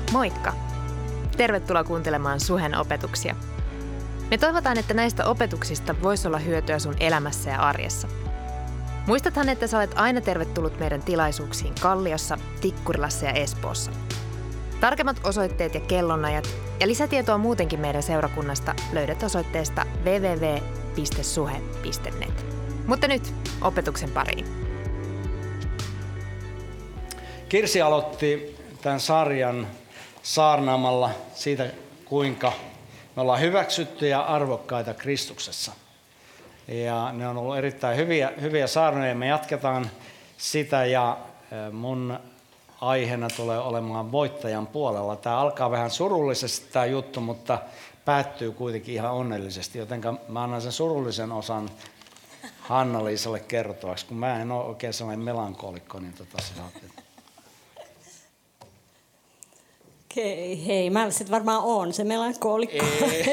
Moikka! Tervetuloa kuuntelemaan Suhen opetuksia. Me toivotaan, että näistä opetuksista voisi olla hyötyä sun elämässä ja arjessa. Muistathan, että sä olet aina tervetullut meidän tilaisuuksiin Kalliossa, Tikkurilassa ja Espoossa. Tarkemmat osoitteet ja kellonajat ja lisätietoa muutenkin meidän seurakunnasta löydät osoitteesta www.suhe.net. Mutta nyt opetuksen pariin. Kirsi aloitti tämän sarjan saarnaamalla siitä, kuinka me ollaan hyväksytty ja arvokkaita Kristuksessa. Ja ne on ollut erittäin hyviä saarnoja. Me jatketaan sitä ja mun aiheena tulee olemaan voittajan puolella. Tämä alkaa vähän surullisesti tämä juttu, mutta päättyy kuitenkin ihan onnellisesti. Joten mä annan sen surullisen osan Hanna-Liisalle kertoaksi, kun mä en ole oikein sellainen melankolikko, niin Okei, hei, mä sitten varmaan oon se melankoolikko.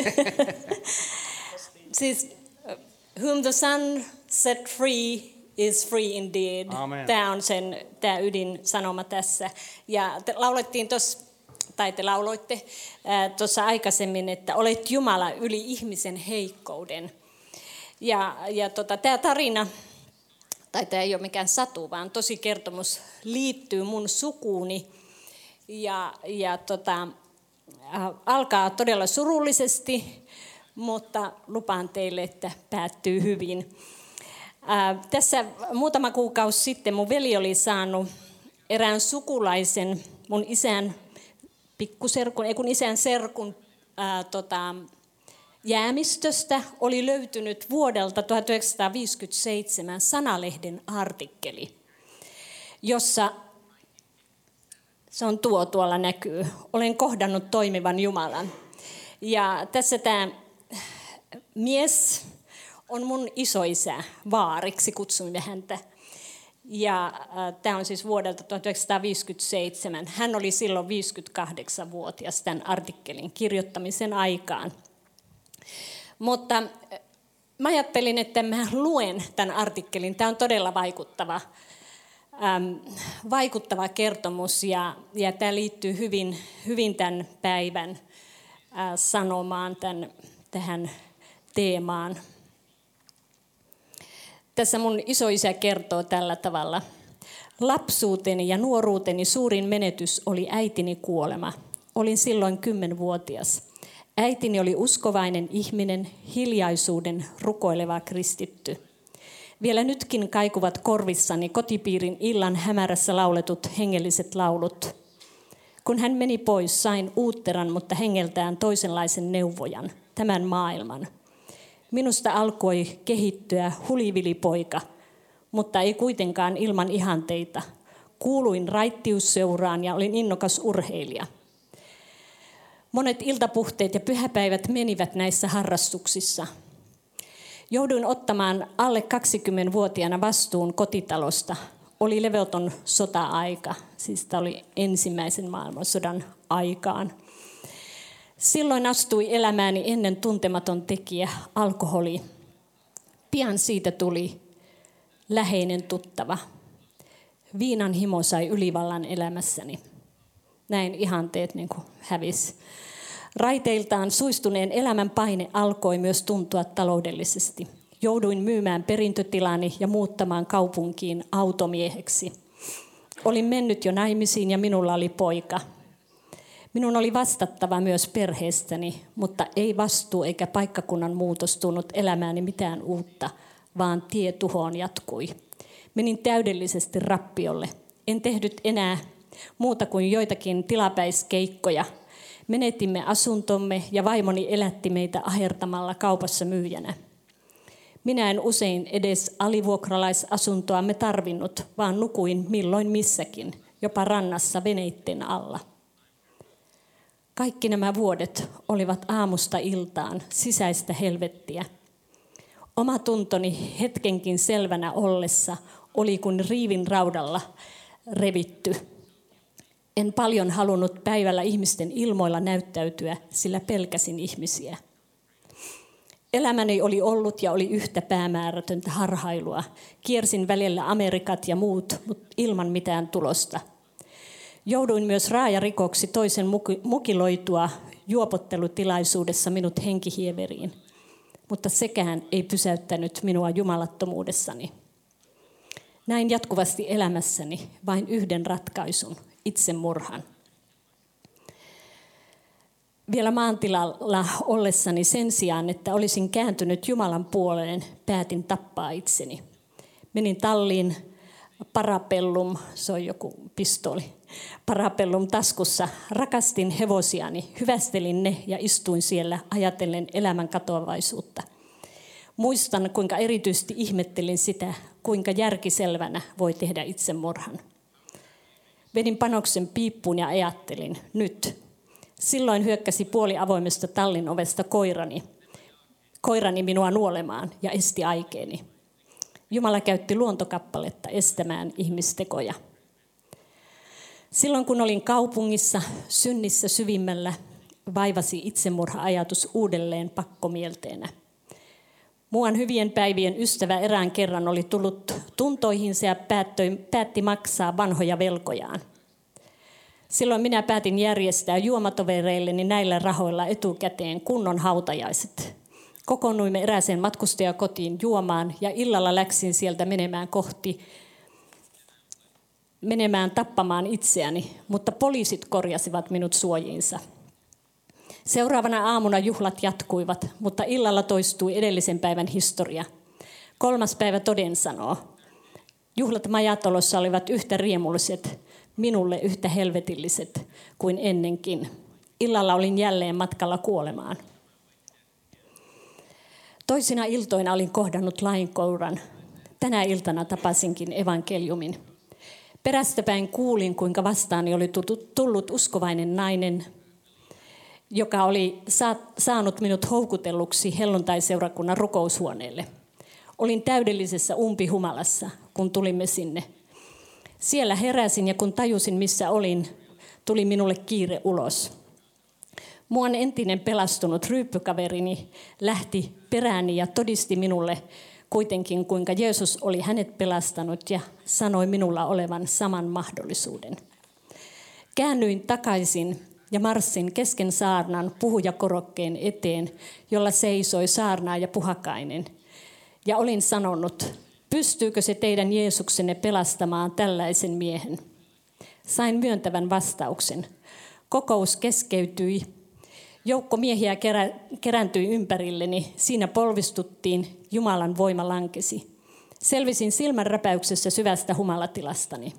Siis, whom the sun set free is free indeed. Amen. Tämä on tämä ydinsanoma tässä. Ja te lauloitte tuossa aikaisemmin, että olet Jumala yli ihmisen heikkouden. Ja tämä tarina, tai tämä ei ole mikään satu, vaan tosi kertomus liittyy mun sukuuni. Ja alkaa todella surullisesti, mutta lupaan teille, että päättyy hyvin. Tässä muutama kuukausi sitten mun veli oli saanut erään sukulaisen, mun isän isän serkun jäämistöstä oli löytynyt vuodelta 1957 Sanalehden artikkeli, jossa se on tuolla näkyy. Olen kohdannut toimivan Jumalan. Ja tässä tämä mies on mun isoisä, vaariksi kutsumme häntä. Ja tämä on siis vuodelta 1957. Hän oli silloin 58-vuotias tämän artikkelin kirjoittamisen aikaan. Mutta mä ajattelin, että mä luen tämän artikkelin. Tämä on todella vaikuttava kertomus ja tämä liittyy hyvin tämän päivän sanomaan, tähän teemaan. Tässä mun isoisä kertoo tällä tavalla. Lapsuuteni ja nuoruuteni suurin menetys oli äitini kuolema. Olin silloin 10-vuotias. Äitini oli uskovainen ihminen, hiljaisuuden rukoileva kristitty. Vielä nytkin kaikuvat korvissani kotipiirin illan hämärässä lauletut hengelliset laulut. Kun hän meni pois, sain uutteran, mutta hengeltään toisenlaisen neuvojan, tämän maailman. Minusta alkoi kehittyä hulivilipoika, mutta ei kuitenkaan ilman ihanteita. Kuuluin raittiusseuraan ja olin innokas urheilija. Monet iltapuhteet ja pyhäpäivät menivät näissä harrastuksissa. Jouduin ottamaan alle 20-vuotiaana vastuun kotitalosta. Oli levoton sota-aika, siis tämä oli ensimmäisen maailmansodan aikaan. Silloin astui elämääni ennen tuntematon tekijä, alkoholi. Pian siitä tuli läheinen tuttava. Viinan himo sai ylivallan elämässäni. Näin ihanteet niin kuin hävisi. Raiteiltaan suistuneen elämän paine alkoi myös tuntua taloudellisesti. Jouduin myymään perintötilani ja muuttamaan kaupunkiin automieheksi. Olin mennyt jo naimisiin ja minulla oli poika. Minun oli vastattava myös perheestäni, mutta ei vastuu eikä paikkakunnan muutos tuonut elämääni mitään uutta, vaan tie tuhoon jatkui. Menin täydellisesti rappiolle. En tehnyt enää muuta kuin joitakin tilapäiskeikkoja. Menetimme asuntomme ja vaimoni elätti meitä ahertamalla kaupassa myyjänä. Minä en usein edes alivuokralaisasuntoamme tarvinnut, vaan nukuin milloin missäkin, jopa rannassa veneitten alla. Kaikki nämä vuodet olivat aamusta iltaan sisäistä helvettiä. Oma tuntoni hetkenkin selvänä ollessa oli kuin riivin raudalla revitty. En paljon halunnut päivällä ihmisten ilmoilla näyttäytyä, sillä pelkäsin ihmisiä. Elämäni oli ollut ja oli yhtä päämäärätöntä harhailua. Kiersin välillä Amerikat ja muut, mutta ilman mitään tulosta. Jouduin myös raajarikoksi toisen mukiloitua juopottelutilaisuudessa minut henkihieveriin, mutta sekään ei pysäyttänyt minua jumalattomuudessani. Näin jatkuvasti elämässäni vain yhden ratkaisun, itsemurhan. Vielä maantilalla ollessani sen sijaan, että olisin kääntynyt Jumalan puoleen, päätin tappaa itseni. Menin talliin, Parabellum, se on joku pistooli, Parabellum taskussa, rakastin hevosiani, hyvästelin ne ja istuin siellä ajatellen elämän katoavaisuutta. Muistan, kuinka erityisesti ihmettelin sitä, kuinka järkiselvänä voi tehdä itsemurhan. Vedin panoksen piippuun ja ajattelin, nyt. Silloin hyökkäsi puoliavoimesta tallin ovesta koirani minua nuolemaan ja esti aikeeni. Jumala käytti luontokappaletta estämään ihmistekoja. Silloin kun olin kaupungissa, synnissä syvimmällä, vaivasi itsemurha-ajatus uudelleen pakkomielteenä. Muuan hyvien päivien ystävä erään kerran oli tullut tuntoihinsa ja päätti maksaa vanhoja velkojaan. Silloin minä päätin järjestää juomatovereilleni näillä rahoilla etukäteen kunnon hautajaiset. Kokoonnuimme erääseen matkustajakotiin juomaan ja illalla läksin sieltä menemään tappamaan itseäni, mutta poliisit korjasivat minut suojiinsa. Seuraavana aamuna juhlat jatkuivat, mutta illalla toistui edellisen päivän historia. 3. päivä toden sanoo. Juhlat Majatalossa olivat yhtä riemulliset, minulle yhtä helvetilliset kuin ennenkin. Illalla olin jälleen matkalla kuolemaan. Toisina iltoina olin kohdannut lainkoiran. Tänä iltana tapasinkin evankeliumin. Perästäpäin kuulin, kuinka vastaani oli tullut uskovainen nainen, joka oli saanut minut houkutelluksi helluntaiseurakunnan rukoushuoneelle. Olin täydellisessä umpihumalassa, kun tulimme sinne. Siellä heräsin ja kun tajusin, missä olin, tuli minulle kiire ulos. Muuan entinen pelastunut ryyppykaverini lähti perääni ja todisti minulle kuitenkin, kuinka Jeesus oli hänet pelastanut ja sanoi minulla olevan saman mahdollisuuden. Käännyin takaisin ja marssin kesken saarnan puhujakorokkeen eteen, jolla seisoi saarnaaja Puhakainen. Ja olin sanonut, pystyykö se teidän Jeesuksenne pelastamaan tällaisen miehen? Sain myöntävän vastauksen. Kokous keskeytyi. Joukko miehiä kerääntyi ympärilleni. Siinä polvistuttiin, Jumalan voima lankesi. Selvisin silmänräpäyksessä syvästä humalatilastani.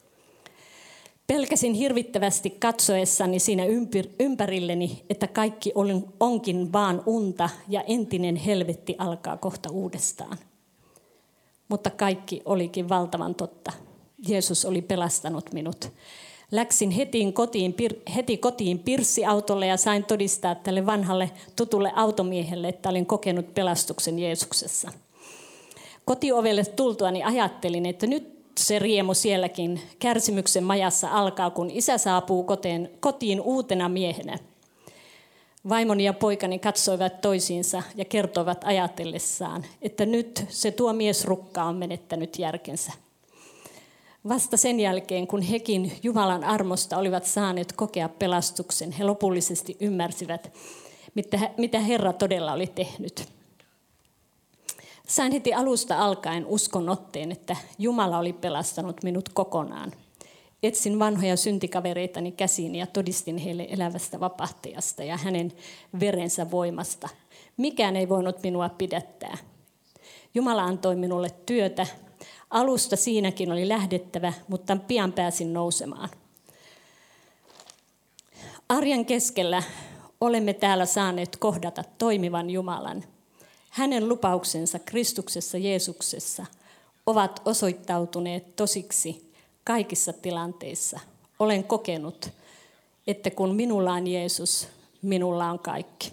Pelkäsin hirvittävästi katsoessani siinä ympärilleni, että kaikki onkin vaan unta ja entinen helvetti alkaa kohta uudestaan. Mutta kaikki olikin valtavan totta. Jeesus oli pelastanut minut. Läksin heti kotiin pirssiautolle ja sain todistaa tälle vanhalle tutulle automiehelle, että olin kokenut pelastuksen Jeesuksessa. Kotiovelle tultuani ajattelin, että nyt se riemu sielläkin kärsimyksen majassa alkaa, kun isä saapuu kotiin uutena miehenä. Vaimoni ja poikani katsoivat toisiinsa ja kertoivat ajatellessaan, että nyt se tuo miesrukka on menettänyt järkensä. Vasta sen jälkeen, kun hekin Jumalan armosta olivat saaneet kokea pelastuksen, he lopullisesti ymmärsivät, mitä Herra todella oli tehnyt. Sain heti alusta alkaen uskon otteen, että Jumala oli pelastanut minut kokonaan. Etsin vanhoja syntikavereitani käsiin ja todistin heille elävästä vapahtajasta ja hänen verensä voimasta. Mikään ei voinut minua pidättää. Jumala antoi minulle työtä. Alusta siinäkin oli lähdettävä, mutta pian pääsin nousemaan. Arjen keskellä olemme täällä saaneet kohdata toimivan Jumalan. Hänen lupauksensa Kristuksessa Jeesuksessa ovat osoittautuneet tosiksi kaikissa tilanteissa. Olen kokenut, että kun minulla on Jeesus, minulla on kaikki.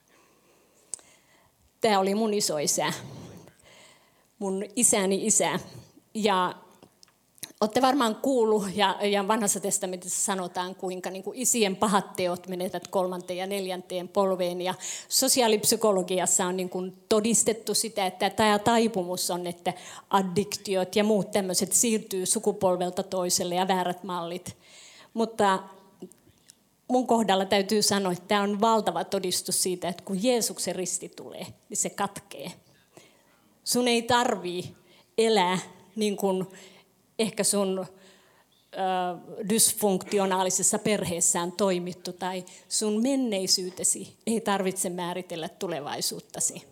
Tämä oli mun isoisä, mun isäni isä. Ja olette varmaan kuullut, ja vanhassa testamentissa sanotaan, kuinka niin kuin isien pahat teot menevät 3. ja 4. polveen. Ja sosiaalipsykologiassa on niin kuin todistettu sitä, että tämä taipumus on, että addiktiot ja muut tämmöiset siirtyy sukupolvelta toiselle ja väärät mallit. Mutta mun kohdalla täytyy sanoa, että tämä on valtava todistus siitä, että kun Jeesuksen risti tulee, niin se katkee. Sun ei tarvii elää niin kuin ehkä sun dysfunktionaalisessa perheessä on toimittu, tai sun menneisyytesi ei tarvitse määritellä tulevaisuuttasi,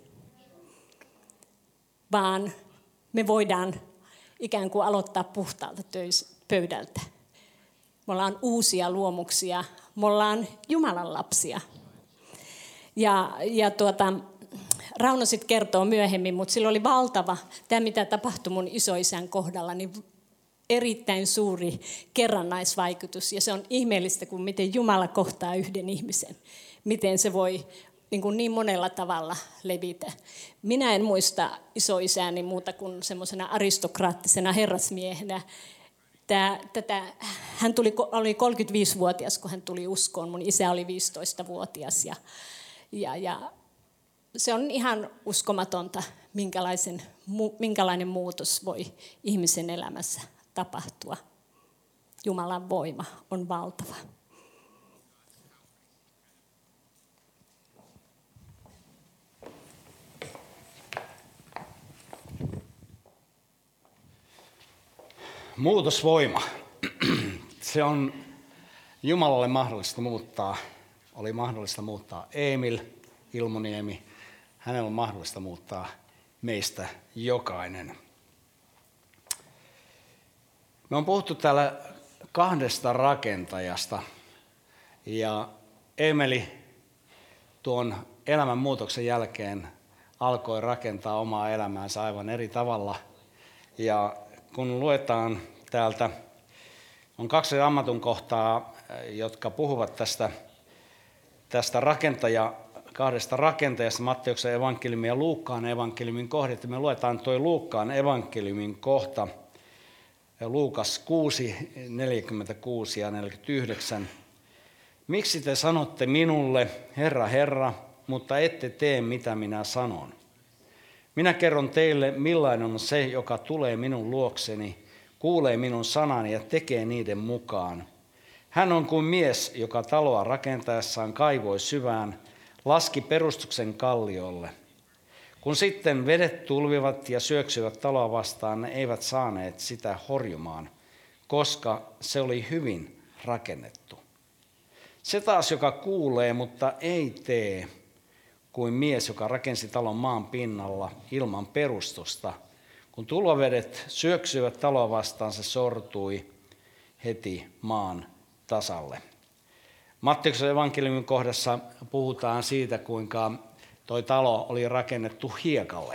vaan me voidaan ikään kuin aloittaa puhtaalta pöydältä. Me ollaan uusia luomuksia, me ollaan Jumalan lapsia. Rauno sitten kertoo myöhemmin, mutta sillä oli valtava, tämä mitä tapahtui mun isoisän kohdalla, niin erittäin suuri kerrannaisvaikutus. Ja se on ihmeellistä, kun miten Jumala kohtaa yhden ihmisen. Miten se voi niin monella tavalla levitä. Minä en muista isoisääni muuta kuin semmoisena aristokraattisena herrasmiehenä. Hän oli 35-vuotias, kun hän tuli uskoon. Mun isä oli 15-vuotias. Ja se on ihan uskomatonta, minkälainen muutos voi ihmisen elämässä tapahtua. Jumalan voima on valtava. Muutosvoima. Se on Jumalalle mahdollista muuttaa. Oli mahdollista muuttaa Emil Ilmoniemi. Hänellä on mahdollista muuttaa meistä jokainen. Me on puhuttu täällä 2 rakentajasta. Ja Emeli tuon elämänmuutoksen jälkeen alkoi rakentaa omaa elämäänsä aivan eri tavalla. Ja kun luetaan täältä, on 2 raamatun kohtaa, jotka puhuvat tästä 2 rakentajasta, Matteuksen evankeliumin ja Luukkaan evankeliumin kohdat. Me luetaan tuo Luukkaan evankeliumin kohta, Luukas 6, 46 ja 49. Miksi te sanotte minulle, Herra, Herra, mutta ette tee mitä minä sanon? Minä kerron teille, millainen on se, joka tulee minun luokseni, kuulee minun sanani ja tekee niiden mukaan. Hän on kuin mies, joka taloa rakentaessaan kaivoi syvään, laski perustuksen kalliolle. Kun sitten vedet tulvivat ja syöksyivät taloa vastaan, ne eivät saaneet sitä horjumaan, koska se oli hyvin rakennettu. Se taas, joka kuulee, mutta ei tee, kuin mies, joka rakensi talon maan pinnalla ilman perustusta. Kun tulvavedet syöksyivät taloa vastaan, se sortui heti maan tasalle. Matteuksen evankeliumin kohdassa puhutaan siitä, kuinka toi talo oli rakennettu hiekalle.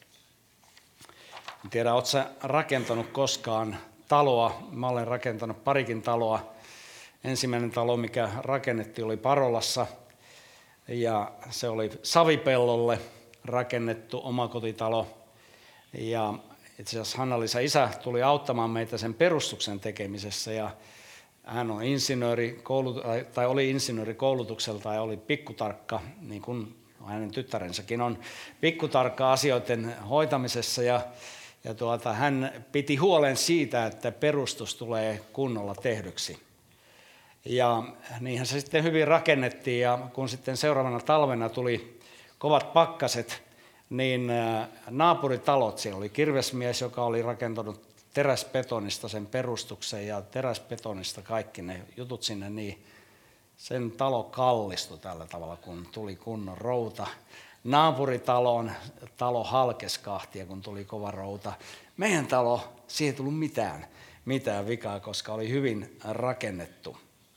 En tiedä, oletko sä rakentanut koskaan taloa? Mä olen rakentanut parikin taloa. Ensimmäinen talo, mikä rakennettiin, oli Parolassa. Ja se oli savipellolle rakennettu omakotitalo. Ja itse asiassa Hanna-Liisa isä tuli auttamaan meitä sen perustuksen tekemisessä. Ja hän on oli insinööri koulutukselta ja oli pikkutarkka, niin kuin hänen tyttärensäkin on pikkutarkka asioiden hoitamisessa. Ja hän piti huolen siitä, että perustus tulee kunnolla tehdyksi. Ja niinhän se sitten hyvin rakennettiin, ja kun sitten seuraavana talvena tuli kovat pakkaset, niin naapuritalot, siellä oli kirvesmies, joka oli rakentanut teräsbetonista sen perustuksen, ja teräsbetonista kaikki ne jutut sinne, niin sen talo kallistui tällä tavalla, kun tuli kunnon routa. Talo halkesi kahtia, kun tuli kova routa. Meidän talo, siihen ei tullut mitään vikaa, koska oli hyvin rakennettu.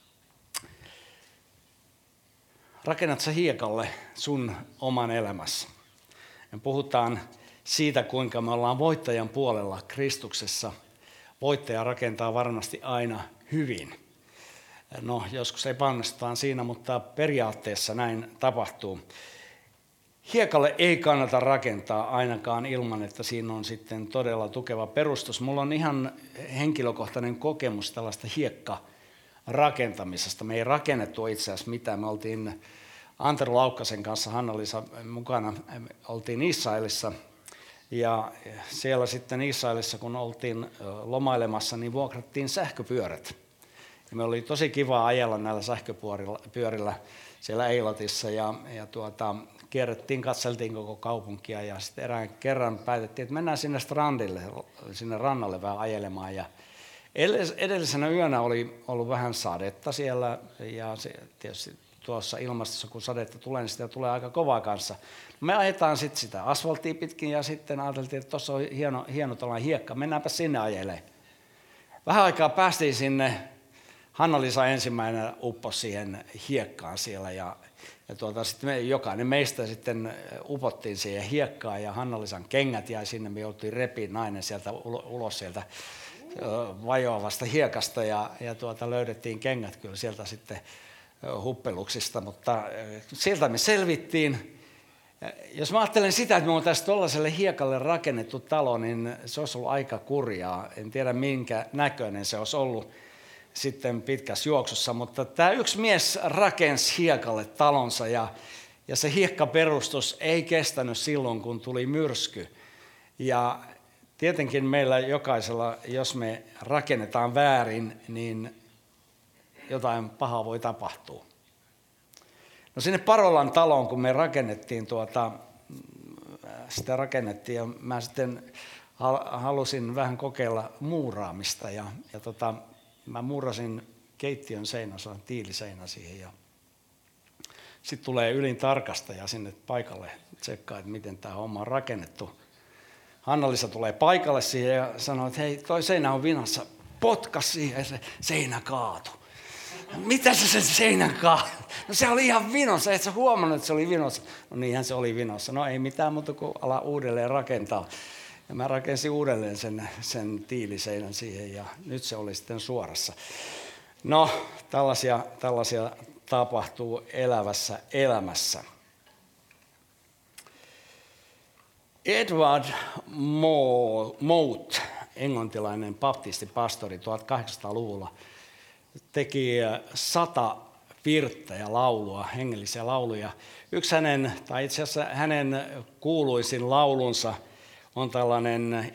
Rakennat sä hiekalle sun oman elämässä. Me puhutaan siitä, kuinka me ollaan voittajan puolella Kristuksessa. Voittaja rakentaa varmasti aina hyvin. No, joskus epäonnistutaan siinä, mutta periaatteessa näin tapahtuu. Hiekalle ei kannata rakentaa ainakaan ilman, että siinä on sitten todella tukeva perustus. Mulla on ihan henkilökohtainen kokemus tällaista hiekkarakentamisesta. Me ei rakennettu itse asiassa mitään. Me oltiin Antero Laukkasen kanssa, Hanna-Liisa mukana, oltiin Israelissa. Ja siellä sitten Israelissa, kun oltiin lomailemassa, niin vuokrattiin sähköpyörät. Ja me oli tosi kiva ajella näillä sähköpyörillä siellä Eilotissa ja kierrettiin, katseltiin koko kaupunkia ja sitten erään kerran päätettiin, että mennään sinne strandille, sinne rannalle vähän ajelemaan. Ja edellisenä yönä oli ollut vähän sadetta siellä ja se, tietysti tuossa ilmastossa, kun sadetta tulee, niin sitä tulee aika kovaa kanssa. Me ajetaan sitten sitä asfalttia pitkin ja sitten ajateltiin, että tuossa on hieno tällainen hiekka, mennäänpä sinne ajelemaan. Vähän aikaa päästiin sinne, Hanna-Liisa ensimmäinen upposi siihen hiekkaan siellä ja sitten jokainen meistä sitten upottiin siihen hiekkaan ja Hanna-Liisan kengät jäi sinne, me joutui repiin nainen sieltä ulos sieltä vajoavasta hiekasta ja löydettiin kengät kyllä sieltä sitten huppeluksista, mutta sieltä me selvittiin. Jos mä ajattelen sitä, että me oltaisiin tuollaiselle hiekalle rakennettu talo, niin se olisi ollut aika kurjaa. En tiedä minkä näköinen se olisi ollut sitten pitkässä juoksussa, mutta tämä yksi mies rakensi hiekalle talonsa ja se hiekkaperustus ei kestänyt silloin, kun tuli myrsky. Ja tietenkin meillä jokaisella, jos me rakennetaan väärin, niin jotain pahaa voi tapahtua. No sinne Parolan taloon, kun me rakennettiin sitä rakennettiin ja mä sitten halusin vähän kokeilla muuraamista ja mä muurasin keittiön seinän, se on tiiliseinä siihen ja sitten tulee ylin tarkastaja sinne paikalle tsekkaa, että miten tämä homma on rakennettu. Hanna-Liisa tulee paikalle siihen ja sanoo, että hei, toi seinä on vinossa, potkas siihen ja se seinä kaatui. Mitä sä sen seinän kaatui? No se oli ihan vinossa, et sä huomannut, että se oli vinossa. No niinhän se oli vinossa. No ei mitään muuta kuin ala uudelleen rakentaa. Ja mä rakensin uudelleen sen tiiliseinän siihen ja nyt se oli sitten suorassa. No tällaisia tapahtuu elävässä elämässä. Edward Mote, englantilainen baptistipastori 1800-luvulla, teki 100 virttä ja laulua, hengellisiä lauluja. Yksi hänen kuuluisin laulunsa on tällainen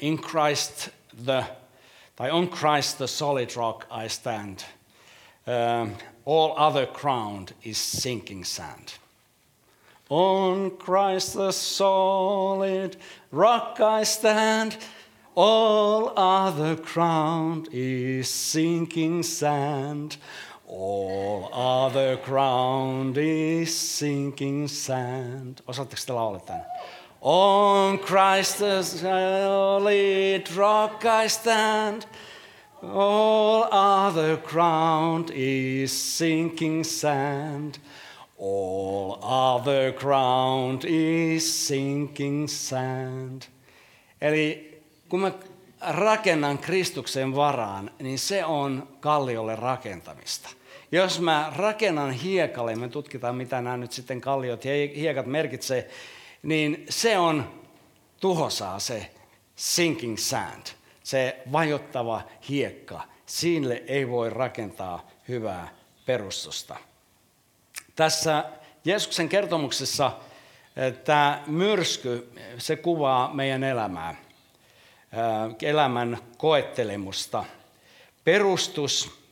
On Christ the solid rock I stand. All other ground is sinking sand. On Christ the solid rock I stand. All other ground is sinking sand. All other ground is sinking sand. Osaatteko te laulaa tämän? On Christ the solid rock I stand. All other ground is sinking sand. All other ground is sinking sand. Eli kun mä rakennan Kristuksen varaan, niin se on kalliolle rakentamista. Jos mä rakennan hiekalle, me tutkitaan mitä nämä nyt sitten kalliot ja hiekat merkitsee, niin se on tuhosaa se sinking sand, se vajottava hiekka. Sille ei voi rakentaa hyvää perustusta. Tässä Jeesuksen kertomuksessa tämä myrsky, se kuvaa meidän elämää. Elämän koettelemusta. Perustus,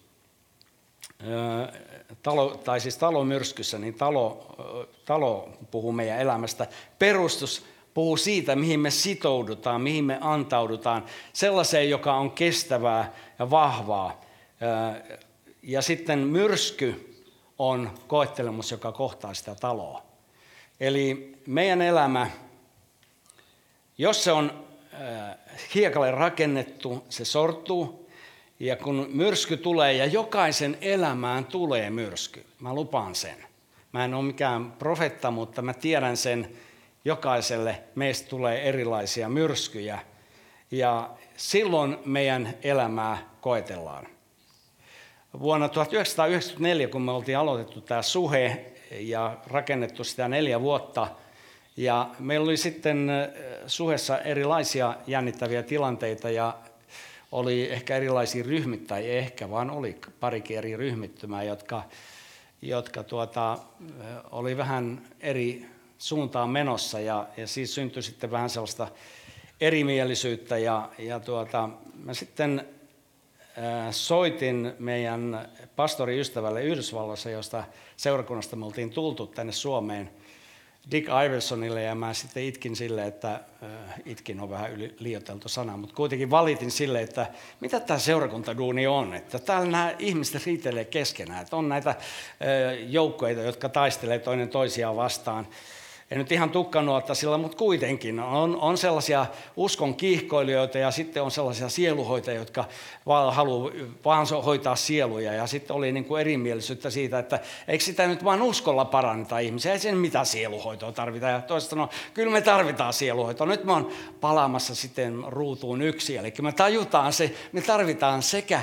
talomyrskyssä, niin talo puhuu meidän elämästä. Perustus puhuu siitä, mihin me sitoudutaan, mihin me antaudutaan, sellaiseen, joka on kestävää ja vahvaa. Ja sitten myrsky on koettelemus, joka kohtaa sitä taloa. Eli meidän elämä, jos se on hiekalle rakennettu, se sortuu. Ja kun myrsky tulee, ja jokaisen elämään tulee myrsky, mä lupaan sen. Mä en ole mikään profetta, mutta mä tiedän sen, jokaiselle meistä tulee erilaisia myrskyjä. Ja silloin meidän elämää koetellaan. Vuonna 1994, kun me oltiin aloitettu tämä suhe ja rakennettu sitä 4 vuotta, ja meillä oli sitten suhessa erilaisia jännittäviä tilanteita ja oli ehkä erilaisia ryhmittäjiä, tai ehkä vaan oli parikin eri ryhmittymää, jotka oli vähän eri suuntaan menossa ja siitä syntyi sitten vähän sellaista erimielisyyttä ja mä sitten soitin meidän pastoriystävälle Yhdysvalloissa, josta seurakunnasta me oltiin tultu tänne Suomeen, Dick Iversonille, ja mä sitten itkin sille, että itkin on vähän liioiteltu sana, mutta kuitenkin valitin sille, että mitä tämä seurakuntaduuni on, että täällä nämä ihmiset riitelee keskenään, että on näitä joukkoja, jotka taistelee toinen toisiaan vastaan. En nyt ihan tukkanuottasilla, mutta kuitenkin on sellaisia uskon kiihkoilijoita ja sitten on sellaisia sieluhoitajia, jotka haluaa vaan hoitaa sieluja. Ja sitten oli niin kuin erimielisyyttä siitä, että eikö sitä nyt vaan uskolla paranneta ihmisiä, ei sen mitään sieluhoitoa tarvita. Ja toiset sanoo, kyllä me tarvitaan sieluhoitoa. Nyt me on palaamassa sitten ruutuun yksi, eli me tajutaan se, me tarvitaan sekä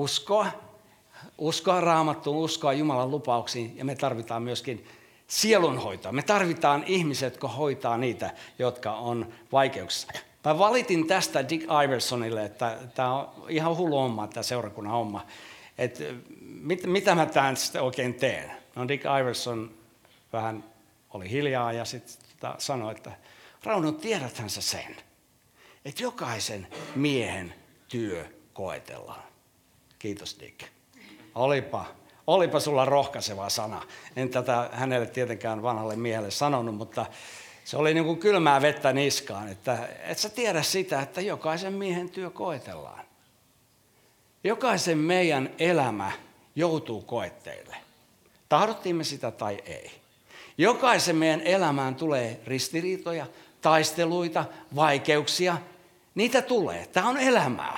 uskoa Raamattuun, uskoa Jumalan lupauksiin ja me tarvitaan myöskin sielunhoitoa. Me tarvitaan ihmisiä, jotka hoitaa niitä, jotka on vaikeuksissa. Mä valitin tästä Dick Iversonille, että tämä on ihan hullu homma, tämä seurakunnan homma. Että mitä mä tämän sitten oikein teen? No Dick Iverson vähän oli hiljaa ja sitten sanoi, että Rauno, tiedäthän sä sen, että jokaisen miehen työ koetellaan. Kiitos Dick. Olipa sulla rohkaiseva sana. En tätä hänelle tietenkään vanhalle miehelle sanonut, mutta se oli niin kuin kylmää vettä niskaan, että et sä tiedä sitä, että jokaisen miehen työ koetellaan. Jokaisen meidän elämä joutuu koetteille. Tahdottiin me sitä tai ei. Jokaisen meidän elämään tulee ristiriitoja, taisteluita, vaikeuksia. Niitä tulee. Tämä on elämää.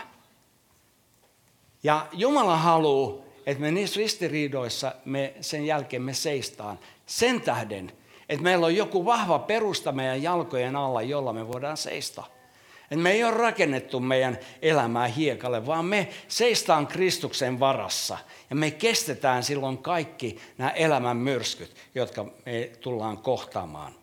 Ja Jumala haluaa, että me niissä ristiriidoissa sen jälkeen me seistaan sen tähden, että meillä on joku vahva perusta meidän jalkojen alla, jolla me voidaan seistä. Että me ei ole rakennettu meidän elämää hiekalle, vaan me seistaan Kristuksen varassa. Ja me kestetään silloin kaikki nämä elämän myrskyt, jotka me tullaan kohtaamaan.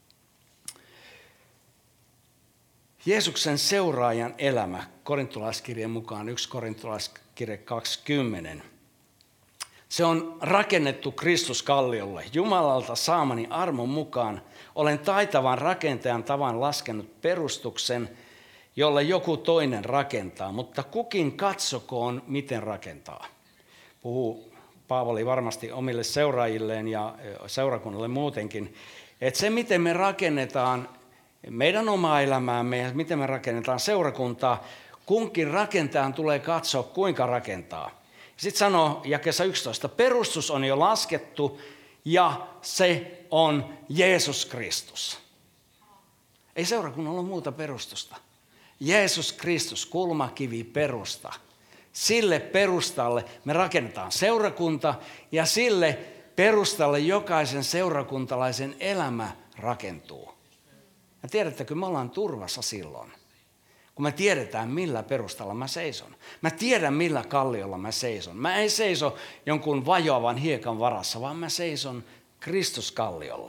Jeesuksen seuraajan elämä, korintolaiskirjan mukaan 1 korintolaiskirje 20. Se on rakennettu Kristuskalliolle. Jumalalta saamani armon mukaan olen taitavan rakentajan tavan laskenut perustuksen, jolle joku toinen rakentaa, mutta kukin katsokoon, miten rakentaa. Puhuu Paavali varmasti omille seuraajilleen ja seurakunnalle muutenkin, että se miten me rakennetaan meidän omaa elämäämme ja miten me rakennetaan seurakuntaa, kunkin rakentajan tulee katsoa, kuinka rakentaa. Sitten sanoo jakeessa 11, perustus on jo laskettu ja se on Jeesus Kristus. Ei seurakunnalla ole muuta perustusta. Jeesus Kristus, kulmakivi perusta. Sille perustalle me rakennetaan seurakunta ja sille perustalle jokaisen seurakuntalaisen elämä rakentuu. Ja tiedättekö, me ollaan turvassa silloin. Kun me tiedetään, millä perustalla mä seison. Mä tiedän, millä kalliolla mä seison. Mä en seiso jonkun vajoavan hiekan varassa, vaan mä seison Kristuskalliolla.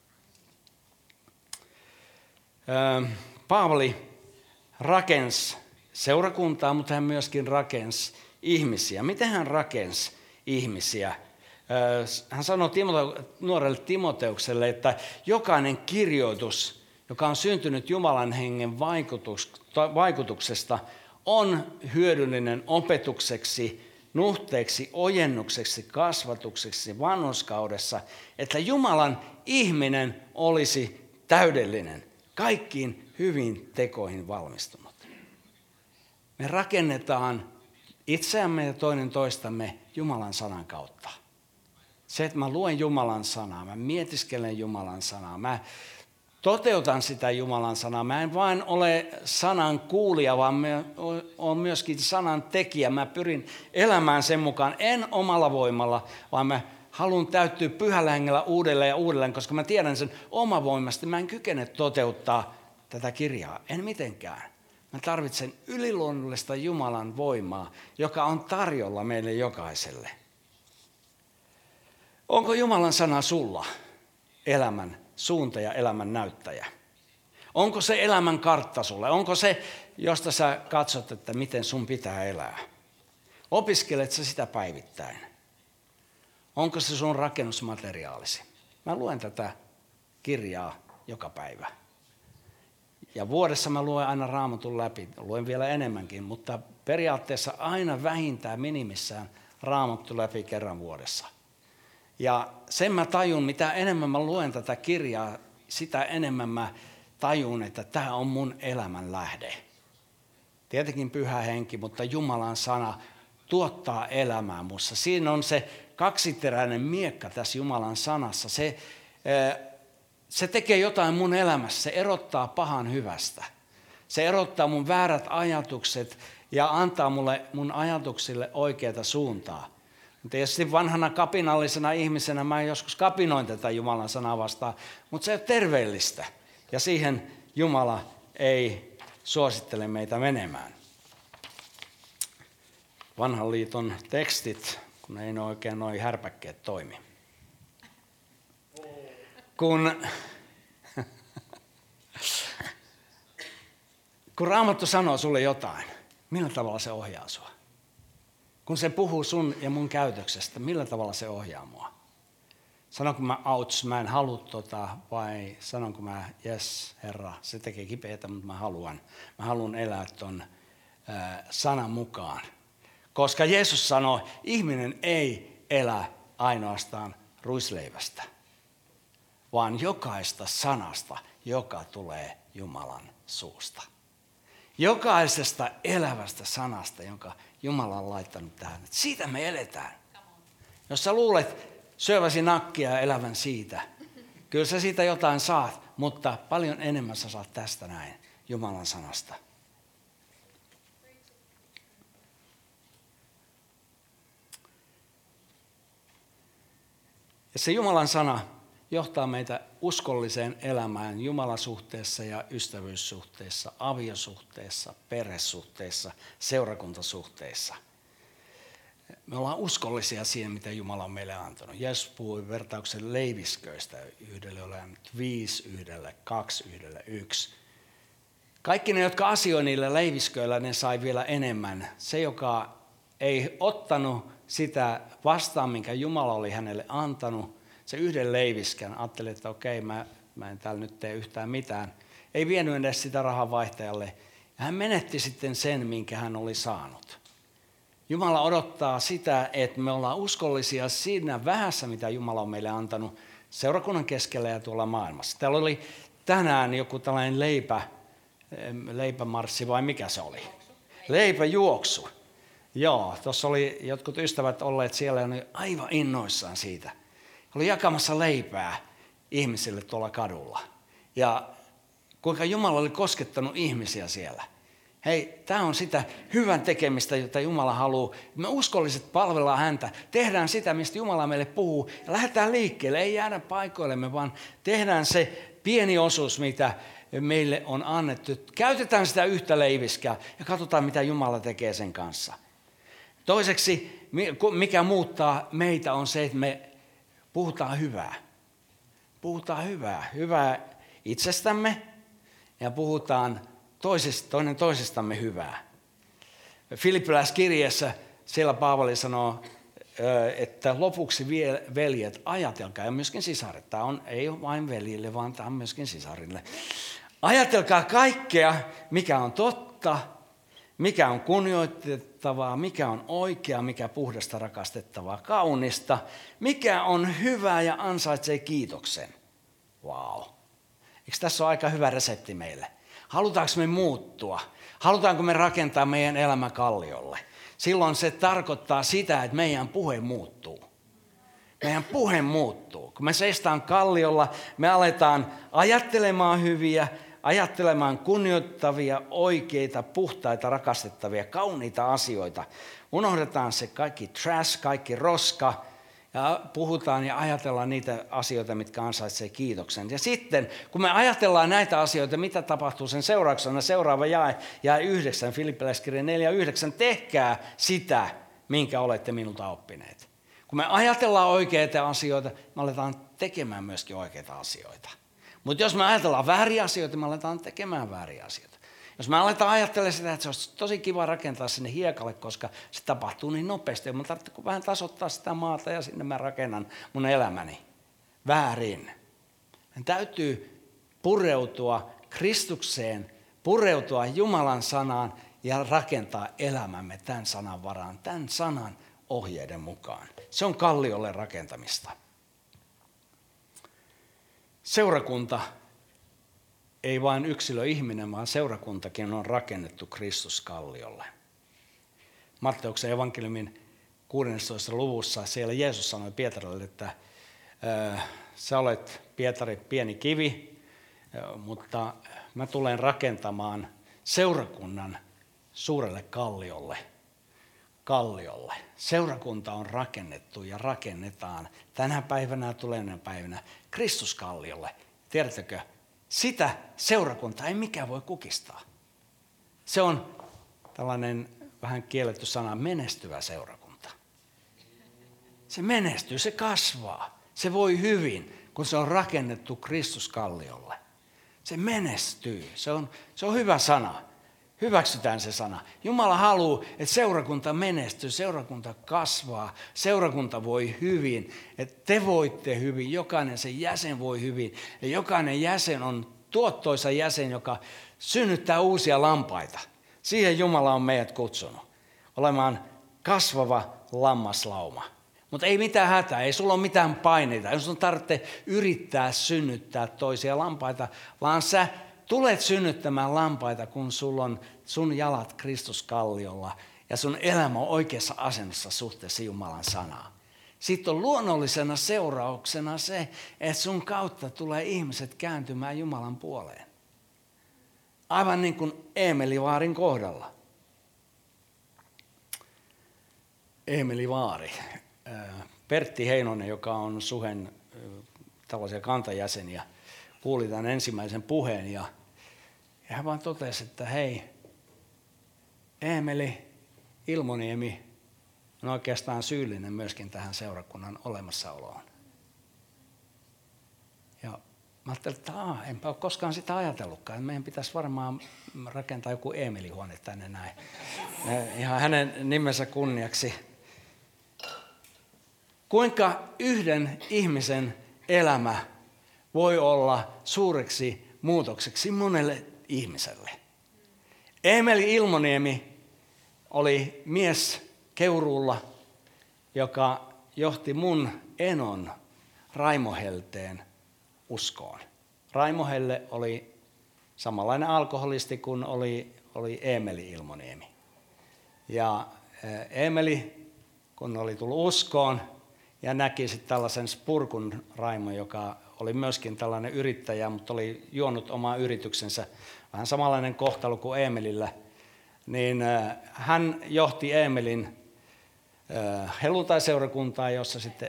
Paavali rakensi seurakuntaa, mutta hän myöskin rakensi ihmisiä. Miten hän rakensi ihmisiä? Hän sanoi nuorelle Timoteukselle, että jokainen kirjoitus, joka on syntynyt Jumalan hengen vaikutuksesta, on hyödyllinen opetukseksi, nuhteeksi, ojennukseksi, kasvatukseksi vanhurskaudessa, että Jumalan ihminen olisi täydellinen, kaikkiin hyvin tekoihin valmistunut. Me rakennetaan itseämme ja toinen toistamme Jumalan sanan kautta. Se, että mä luen Jumalan sanaa, mä mietiskelen Jumalan sanaa, mä toteutan sitä Jumalan sanaa. Mä en vain ole sanan kuulija, vaan mä olen myöskin sanan tekijä. Mä pyrin elämään sen mukaan, en omalla voimalla, vaan mä haluan täyttyä pyhällä hengellä uudelleen ja uudelleen, koska mä tiedän sen omavoimasti. Mä en kykene toteuttaa tätä kirjaa, en mitenkään. Mä tarvitsen yliluonnollista Jumalan voimaa, joka on tarjolla meille jokaiselle. Onko Jumalan sana sulla elämän suunta ja elämän näyttäjä? Onko se elämän kartta sulle? Onko se, josta sä katsot, että miten sun pitää elää? Opiskelet sä sitä päivittäin? Onko se sun rakennusmateriaalisi? Mä luen tätä kirjaa joka päivä. Ja vuodessa mä luen aina Raamatun läpi, luen vielä enemmänkin, mutta periaatteessa aina vähintään minimissään Raamattu läpi kerran vuodessa. Ja sen mä tajun, mitä enemmän mä luen tätä kirjaa, sitä enemmän mä tajun, että tämä on mun elämän lähde. Tietenkin Pyhä Henki, mutta Jumalan sana tuottaa elämää mussa. Siinä on se kaksiteräinen miekka tässä Jumalan sanassa. Se tekee jotain mun elämässä, se erottaa pahan hyvästä. Se erottaa mun väärät ajatukset ja antaa mulle mun ajatuksille oikeaa suuntaa. Tietysti vanhana kapinallisena ihmisenä mä joskus kapinoin tätä Jumalan sanaa vastaan, mutta se ei ole terveellistä. Ja siihen Jumala ei suosittele meitä menemään. Vanhan liiton tekstit, kun ei oikein noi härpäkkeet toimi. Kun Raamattu sanoo sulle jotain, millä tavalla se ohjaa sua? Kun se puhuu sun ja mun käytöksestä, millä tavalla se ohjaa mua? Sanonko mä, ouch, mä en halua vai sanonko mä, yes, Herra, se tekee kipeätä, mutta mä haluan elää ton sanan mukaan. Koska Jeesus sanoi, ihminen ei elä ainoastaan ruisleivästä, vaan jokaista sanasta, joka tulee Jumalan suusta. Jokaisesta elävästä sanasta, jonka Jumala on laittanut tähän. Siitä me eletään. Jos sä luulet syöväsi nakkia ja elävän siitä, kyllä sä siitä jotain saat, mutta paljon enemmän sä saat tästä näin Jumalan sanasta. Ja se Jumalan sana johtaa meitä uskolliseen elämään Jumalasuhteessa ja ystävyyssuhteessa, aviosuhteessa, perhesuhteessa, seurakuntasuhteissa. Me ollaan uskollisia siihen, mitä Jumala on meille antanut. Jeesus puhui vertauksen leivisköistä. Yhdelle oli annettu 5, yhdelle 2, yhdelle 1. Kaikki ne, jotka asioi niillä leivisköillä, ne sai vielä enemmän. Se, joka ei ottanut sitä vastaan, minkä Jumala oli hänelle antanut, se yhden leiviskän ajatteli, että okei, mä en täällä nyt tee yhtään mitään. Ei vienyt edes sitä rahanvaihtajalle. Ja hän menetti sitten sen, minkä hän oli saanut. Jumala odottaa sitä, että me ollaan uskollisia siinä vähässä, mitä Jumala on meille antanut seurakunnan keskellä ja tuolla maailmassa. Täällä oli tänään joku tällainen leipämarssi vai mikä se oli? Leipäjuoksu. Joo, tuossa oli jotkut ystävät olleet siellä ja oli aivan innoissaan siitä. Oli jakamassa leipää ihmisille tuolla kadulla. Ja kuinka Jumala oli koskettanut ihmisiä siellä. Hei, tämä on sitä hyvän tekemistä, jota Jumala haluaa. Me uskolliset palvellaan häntä. Tehdään sitä, mistä Jumala meille puhuu. Ja lähdetään liikkeelle, ei jäädä paikoillemme, vaan tehdään se pieni osuus, mitä meille on annettu. Käytetään sitä yhtä leiviskää ja katsotaan, mitä Jumala tekee sen kanssa. Toiseksi, mikä muuttaa meitä, on se, että me puhutaan hyvää. Puhutaan hyvää itsestämme ja puhutaan toinen toisestamme hyvää. Filippiläiskirjeessä siellä Paavali sanoo, että lopuksi veljet, ajatelkaa, ja myöskin sisaret. Tämä ei ole vain veljille, vaan tämä on myöskin sisarille. Ajatelkaa kaikkea, mikä on totta, mikä on kunnioitettavaa, mikä on oikea, mikä puhdasta, rakastettavaa, kaunista, mikä on hyvää ja ansaitsee kiitoksen. Vau. Eikö tässä ole aika hyvä resepti meille? Halutaanko me muuttua? Halutaanko me rakentaa meidän elämä kalliolle? Silloin se tarkoittaa sitä, että meidän puhe muuttuu. Meidän puhe muuttuu. Kun me seistään kalliolla, me aletaan ajattelemaan hyviä, ajattelemaan kunnioittavia, oikeita, puhtaita, rakastettavia, kauniita asioita. Unohdetaan se kaikki trash, kaikki roska ja puhutaan ja ajatellaan niitä asioita, mitkä ansaitsee kiitoksen. Ja sitten, kun me ajatellaan näitä asioita, mitä tapahtuu sen seurauksena, seuraava jae 9, Filippiläiskirja 4:9, tehkää sitä, minkä olette minulta oppineet. Kun me ajatellaan oikeita asioita, me aletaan tekemään myöskin oikeita asioita. Mutta jos me ajatellaan vääriä asioita, me aletaan tekemään vääriä asioita. Jos me aletaan ajattelemaan sitä, että se olisi tosi kiva rakentaa sinne hiekalle, koska se tapahtuu niin nopeasti. Ja mä tarvitsen vähän tasoittaa sitä maata ja sinne mä rakennan mun elämäni. Väärin. Meidän täytyy pureutua Kristukseen, pureutua Jumalan sanaan ja rakentaa elämämme tämän sanan varaan, tämän sanan ohjeiden mukaan. Se on kalliolle rakentamista. Seurakunta ei vain yksilöihminen, vaan seurakuntakin on rakennettu Kristuskalliolle. Matteuksen evankeliumin 16. luvussa siellä Jeesus sanoi Pietarille, että sä olet Pietari pieni kivi, mutta mä tulen rakentamaan seurakunnan suurelle kalliolle. Seurakunta on rakennettu ja rakennetaan tänä päivänä ja tulevana päivänä Kristuskalliolle. Tiedättekö, sitä seurakuntaa ei mikään voi kukistaa. Se on tällainen vähän kielletty sana, menestyvä seurakunta. Se menestyy, se kasvaa, se voi hyvin, kun se on rakennettu Kristuskalliolle. Se menestyy, se on hyvä sana. Hyväksytään se sana. Jumala haluaa, että seurakunta menestyy, seurakunta kasvaa, seurakunta voi hyvin, että te voitte hyvin, jokainen sen jäsen voi hyvin. Ja jokainen jäsen on tuottoisa jäsen, joka synnyttää uusia lampaita. Siihen Jumala on meidät kutsunut, olemaan kasvava lammaslauma. Mutta ei mitään hätää, ei sulla ole mitään paineita, ei sun tarvitse yrittää synnyttää toisia lampaita, vaan sä tulet synnyttämään lampaita, kun sulla on sun jalat Kristuskalliolla ja sun elämä on oikeassa asennossa suhteessa Jumalan sanaan. Sitten on luonnollisena seurauksena se, että sun kautta tulee ihmiset kääntymään Jumalan puoleen. Aivan niin kuin Eemeli Vaarin kohdalla. Eemeli Vaari. Pertti Heinonen, joka on Suhen tällaisia kantajäseniä, kuuli tämän ensimmäisen puheen ja hän vaan totesi, että hei, Eemeli Ilmoniemi on oikeastaan syyllinen myöskin tähän seurakunnan olemassaoloon. Ja mä ajattelin, että enpä ole koskaan sitä ajatellutkaan, että meidän pitäisi varmaan rakentaa joku Eemeli-huone tänne näin. Ihan hänen nimensä kunniaksi. Kuinka yhden ihmisen elämä voi olla suureksi muutokseksi monelle ihmiselle. Eemeli Ilmoniemi oli mies Keuruulla, joka johti mun enon Raimo Helteen uskoon. Raimo Helle oli samanlainen alkoholisti kuin oli Eemeli Ilmoniemi. Ja Eemeli, kun oli tullut uskoon ja näki sitten tällaisen Spurkun Raimon, joka oli myöskin tällainen yrittäjä, mutta oli juonut omaa yrityksensä, vähän samanlainen kohtalo kuin Eemelillä, niin hän johti Eemelin helluntaiseurakuntaa, jossa sitten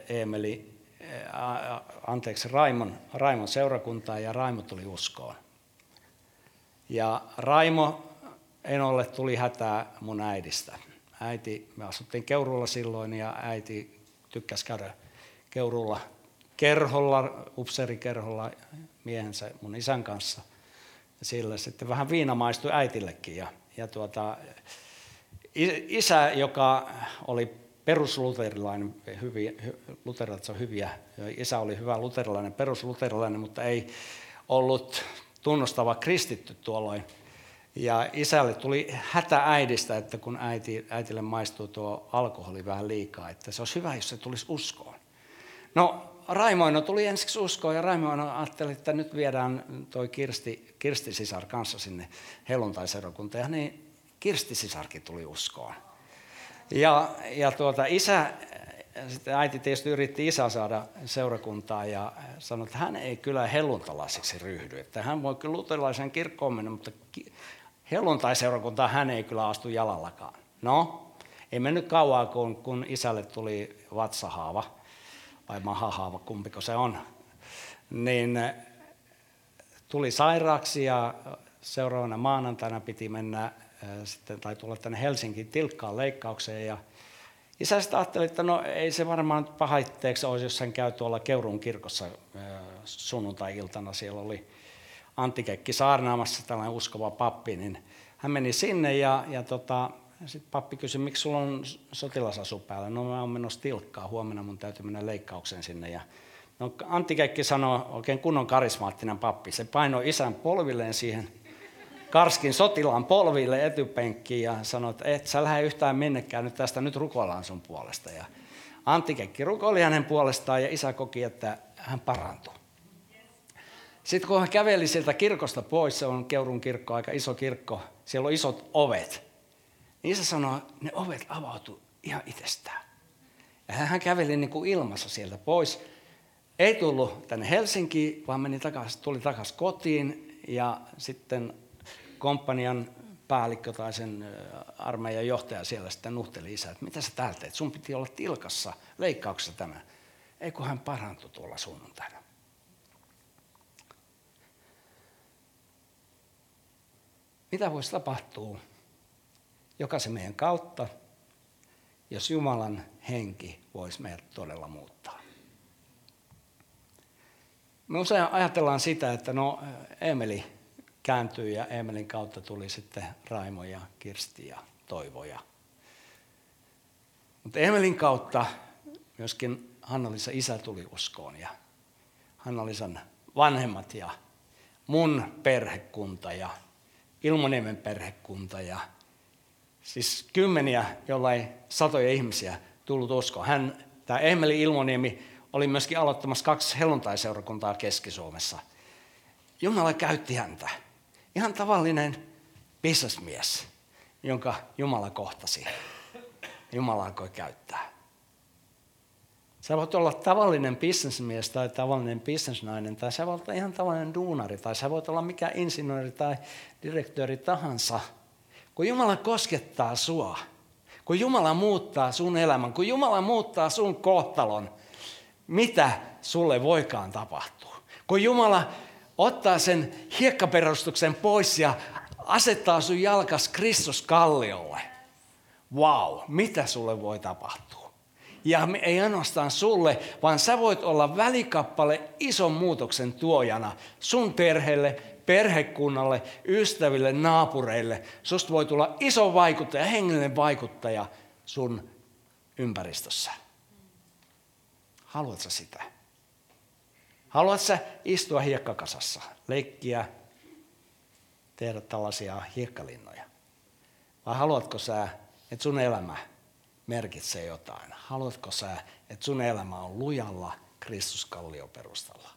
Raimon seurakuntaa, ja Raimo tuli uskoon. Ja Raimo enolle tuli hätää mun äidistä. Me asuttiin Keuruulla silloin, ja äiti tykkäsi käydä Keuruulla kerholla, upseerikerholla miehensä mun isän kanssa. Ja sillä sitten vähän viina maistui äitillekin. Ja isä, joka oli perusluterilainen, luterilaiset on hyviä, isä oli hyvä luterilainen, perusluterilainen, mutta ei ollut tunnustava kristitty tuolloin. Ja isälle tuli hätä äidistä, että kun äitille maistuu tuo alkoholi vähän liikaa, että se olisi hyvä, jos se tulisi uskoon. No, Raimoino tuli ensiksi uskoon ja Raimoino ajatteli, että nyt viedään toi Kirsti-sisar kanssa sinne helluntaiseurakuntaan. Ja niin Kirsti-sisarkin tuli uskoon. Ja isä, sitten äiti tietysti yritti isä saada seurakuntaa ja sanoi, että hän ei kyllä helluntalaisiksi ryhdy. Että hän voi kyllä luterilaisen kirkkoon mennä, mutta helluntaiseurakuntaan hän ei kyllä astu jalallakaan. No, ei mennyt kauaa, kun isälle tuli vatsahaava. Vai mahahaava, kumpiko se on, niin tuli sairaaksi ja seuraavana maanantaina piti mennä tai tulla tänne Helsinkiin Tilkkaan leikkaukseen. Ja isä sitten ajatteli, että no ei se varmaan pahaitteeksi olisi, jos hän käy tuolla Keuruun kirkossa sunnuntai-iltana. Siellä oli Antti Kekki saarnaamassa, tällainen uskova pappi, niin hän meni sinne ja sitten pappi kysyi, miksi sulla on sotilasasu päällä. No mä oon menossa Tilkkaan, huomenna mun täytyy mennä leikkaukseen sinne. Ja No, Antti Kekki sanoi, oikein kunnon karismaattinen pappi. Se painoi isän polvilleen siihen karskin sotilaan polville etupenkkiin ja sanoi, että et sä lähde yhtään minnekään, nyt rukoillaan sun puolesta. Ja Antti Kekki rukoili hänen puolestaan ja isä koki, että hän parantui. Sitten kun hän käveli sieltä kirkosta pois, se on Keurun kirkko, aika iso kirkko, siellä on isot ovet. Niin isä sanoi, ne ovet avautui ihan itsestään. Ja hän käveli niin kuin ilmassa sieltä pois. Ei tullut tänne Helsinkiin, vaan tuli takaisin kotiin ja sitten komppanian päällikkö tai sen armeijan johtaja siellä sitten nuhteli isää, että mitä sä täällä teet? Sun piti olla tilkassa leikkauksessa tämä. Ei kun hän parantui tuolla sunnuntaina. Mitä voisi tapahtua jokaisen meidän kautta, jos Jumalan henki voisi meidät todella muuttaa? Me usein ajatellaan sitä, että Eemeli kääntyi ja Eemelin kautta tuli sitten Raimo ja Kirsti ja Toivo. Mutta Eemelin kautta myöskin Hanna-Liisan isä tuli uskoon ja Hanna-Liisan vanhemmat ja mun perhekunta ja Ilmoniemen perhekunta ja siis kymmeniä, jollain satoja ihmisiä tullut uskoon. Tämä Eemeli Ilmoniemi oli myöskin aloittamassa 2 helluntaiseurakuntaa Keski-Suomessa. Jumala käytti häntä. Ihan tavallinen bisnesmies, jonka Jumala kohtasi. Jumala alkoi käyttää. Sä voit olla tavallinen bisnesmies tai tavallinen bisnesnainen, tai sä voit olla ihan tavallinen duunari, tai sä voit olla mikä insinööri tai direktööri tahansa. Kun Jumala koskettaa sua, kun Jumala muuttaa sun elämän, kun Jumala muuttaa sun kohtalon, mitä sulle voikaan tapahtua? Kun Jumala ottaa sen hiekkaperustuksen pois ja asettaa sun jalkas Kristuskalliolle. Vau, mitä sulle voi tapahtua? Ja ei ainoastaan sulle, vaan sä voit olla välikappale ison muutoksen tuojana sun perheelle, perhekunnalle, ystäville, naapureille. Susta voi tulla iso vaikuttaja, hengellinen vaikuttaja sun ympäristössä. Haluatko sitä? Haluatko sä istua hiekkakasassa, leikkiä, tehdä tällaisia hiekkalinnoja? Vai haluatko sä, että sun elämä merkitsee jotain? Haluatko sä, että sun elämä on lujalla Kristuskallioperustalla?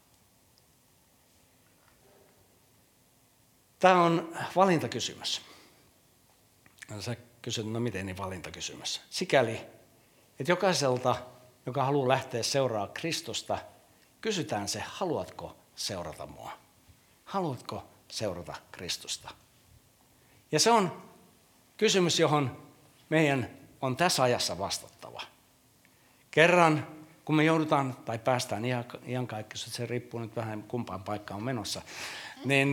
Tämä on valintakysymys. Sä kysyt, miten niin valintakysymys? Sikäli, että jokaiselta, joka haluaa lähteä seuraamaan Kristusta, kysytään se, haluatko seurata mua? Haluatko seurata Kristusta? Ja se on kysymys, johon meidän on tässä ajassa vastattava. Kerran, kun me joudutaan tai päästään iankaikkisuuteen, se riippuu nyt vähän kumpaan paikkaan on menossa, niin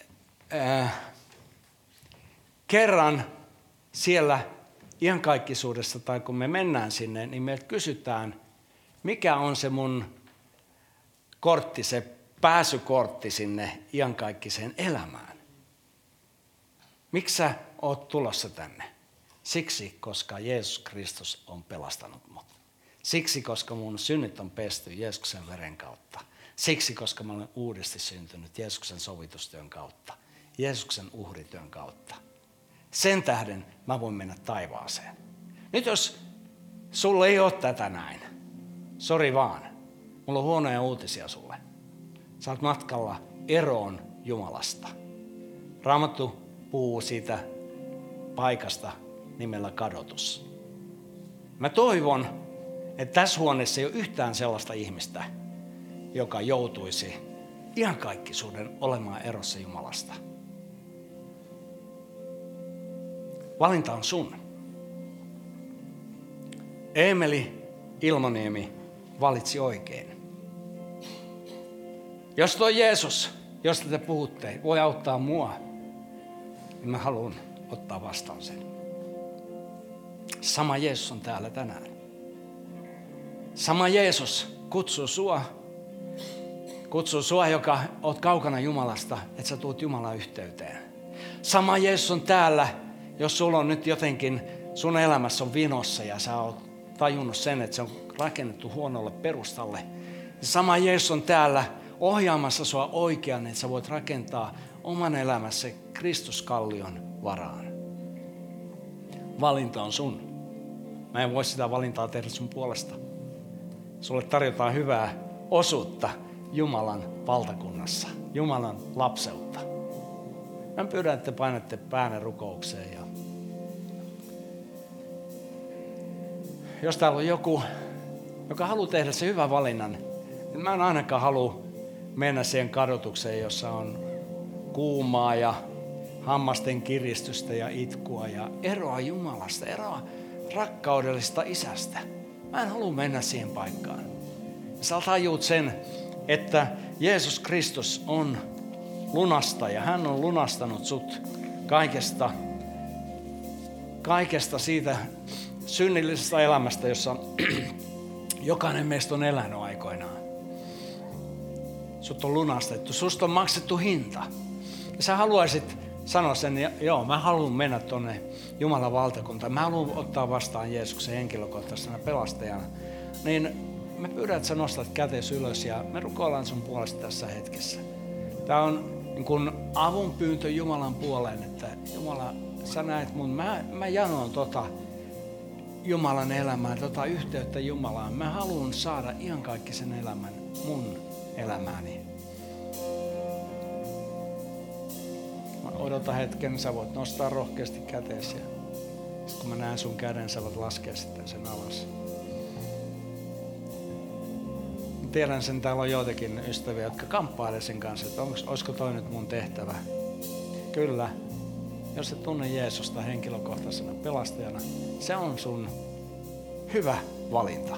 kerran siellä iankaikkisuudessa tai kun me mennään sinne, niin meiltä kysytään, mikä on se mun kortti, se pääsykortti sinne iankaikkiseen elämään. Miksi sä oot tulossa tänne? Siksi, koska Jeesus Kristus on pelastanut mut. Siksi, koska mun synnit on pesty Jeesuksen veren kautta. Siksi, koska mä olen uudesti syntynyt Jeesuksen sovitustyön kautta. Jeesuksen uhrityön kautta. Sen tähden mä voin mennä taivaaseen. Nyt jos sulle ei ole tätä näin, sori vaan, mulla on huonoja uutisia sulle. Sä oot matkalla eroon Jumalasta. Raamattu puhuu siitä paikasta nimellä kadotus. Mä toivon, että tässä huoneessa ei ole yhtään sellaista ihmistä, joka joutuisi iankaikkisuuden olemaan erossa Jumalasta. Valinta on sun. Eemeli Ilmoniemi valitsi oikein. Jos tuo Jeesus, josta te puhutte, voi auttaa mua, niin mä haluan ottaa vastaan sen. Sama Jeesus on täällä tänään. Sama Jeesus kutsuu sua, joka oot kaukana Jumalasta, että sä tuut Jumalan yhteyteen. Sama Jeesus on täällä, jos sulla on nyt jotenkin, sun elämässä on vinossa ja sä oot tajunnut sen, että se on rakennettu huonolle perustalle, Sama Jeesus on täällä ohjaamassa sua oikean, että sä voit rakentaa oman elämässä Kristuskallion varaan. Valinta on sun. Mä en voi sitä valintaa tehdä sun puolesta. Sulle tarjotaan hyvää osuutta Jumalan valtakunnassa, Jumalan lapseutta. Mä pyydän, että painatte päänne rukoukseen. Ja jos täällä on joku, joka haluaa tehdä se hyvän valinnan, niin mä en ainakaan halua mennä siihen kadotukseen, jossa on kuumaa ja hammasten kiristystä ja itkua ja eroa Jumalasta, eroa rakkaudellisesta isästä. Mä en halua mennä siihen paikkaan. Sä tajuut sen, että Jeesus Kristus on lunastaja. Hän on lunastanut sut kaikesta siitä synnillisestä elämästä, jossa jokainen meistä on elänyt aikoinaan. Sut on lunastettu, susta on maksettu hinta. Ja sä haluaisit sanoa sen, joo, mä haluan mennä tonne Jumalan valtakuntaan. Mä haluan ottaa vastaan Jeesuksen henkilökohtaisena pelastajana. Niin mä pyydän, että sä nostat kätesi ylös ja me rukoillaan sun puolesta tässä hetkessä. Tää on niin kuin avunpyyntö Jumalan puoleen, että Jumala, sä näet mun, mä janoan Jumalan elämää, yhteyttä Jumalaan. Mä haluan saada iankaikkisen elämän mun elämääni. Odota hetken, sä voit nostaa rohkeasti käteesi ja sitten kun mä näen sun käden, sä voit laskea sitten sen alas. Tiedän sen, täällä on joitakin ystäviä, jotka kamppailee sen kanssa, että olisiko toi nyt mun tehtävä. Kyllä, jos et tunne Jeesusta henkilökohtaisena pelastajana, se on sun hyvä valinta.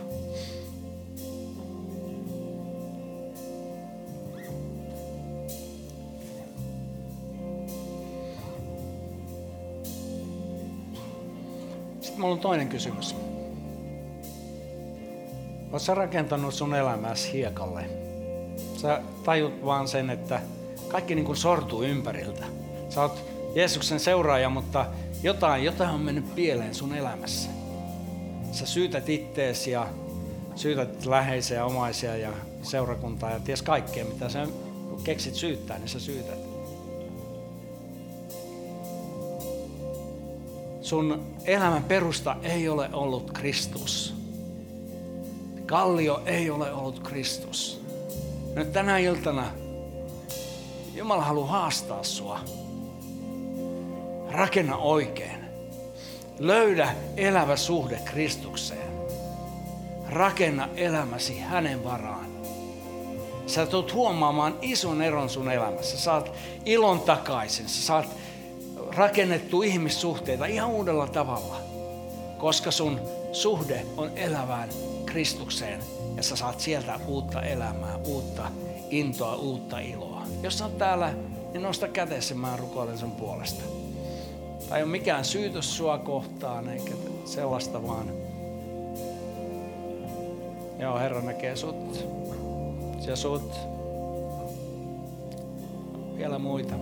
Sitten mulla on toinen kysymys. Oletko sä rakentanut sun elämäsi hiekalle? Sä tajut vaan sen, että kaikki niin kuin sortuu ympäriltä. Sä oot Jeesuksen seuraaja, mutta jotain on mennyt pieleen sun elämässä. Sä syytät itteesi ja syytät läheisiä ja omaisia ja seurakuntaa ja ties kaikkea, mitä sä keksit syyttää, niin sä syytät. Sun elämän perusta ei ole ollut Kristus. Kallio ei ole ollut Kristus. Nyt tänä iltana Jumala haluaa haastaa sua. Rakenna oikein. Löydä elävä suhde Kristukseen. Rakenna elämäsi hänen varaan. Sä tulet huomaamaan ison eron sun elämässä. Sä saat ilon takaisin. Sä saat rakennettu ihmissuhteita ihan uudella tavalla. Koska sun suhde on elävään Kristukseen ja sä saat sieltä uutta elämää, uutta intoa, uutta iloa. Jos sä oot täällä, niin nosta kätesi, mä rukoilen sun puolesta. Tai ei ole mikään syytös sua kohtaan eikä sellaista vaan. Joo, Herra näkee sut ja sut. Vielä muita.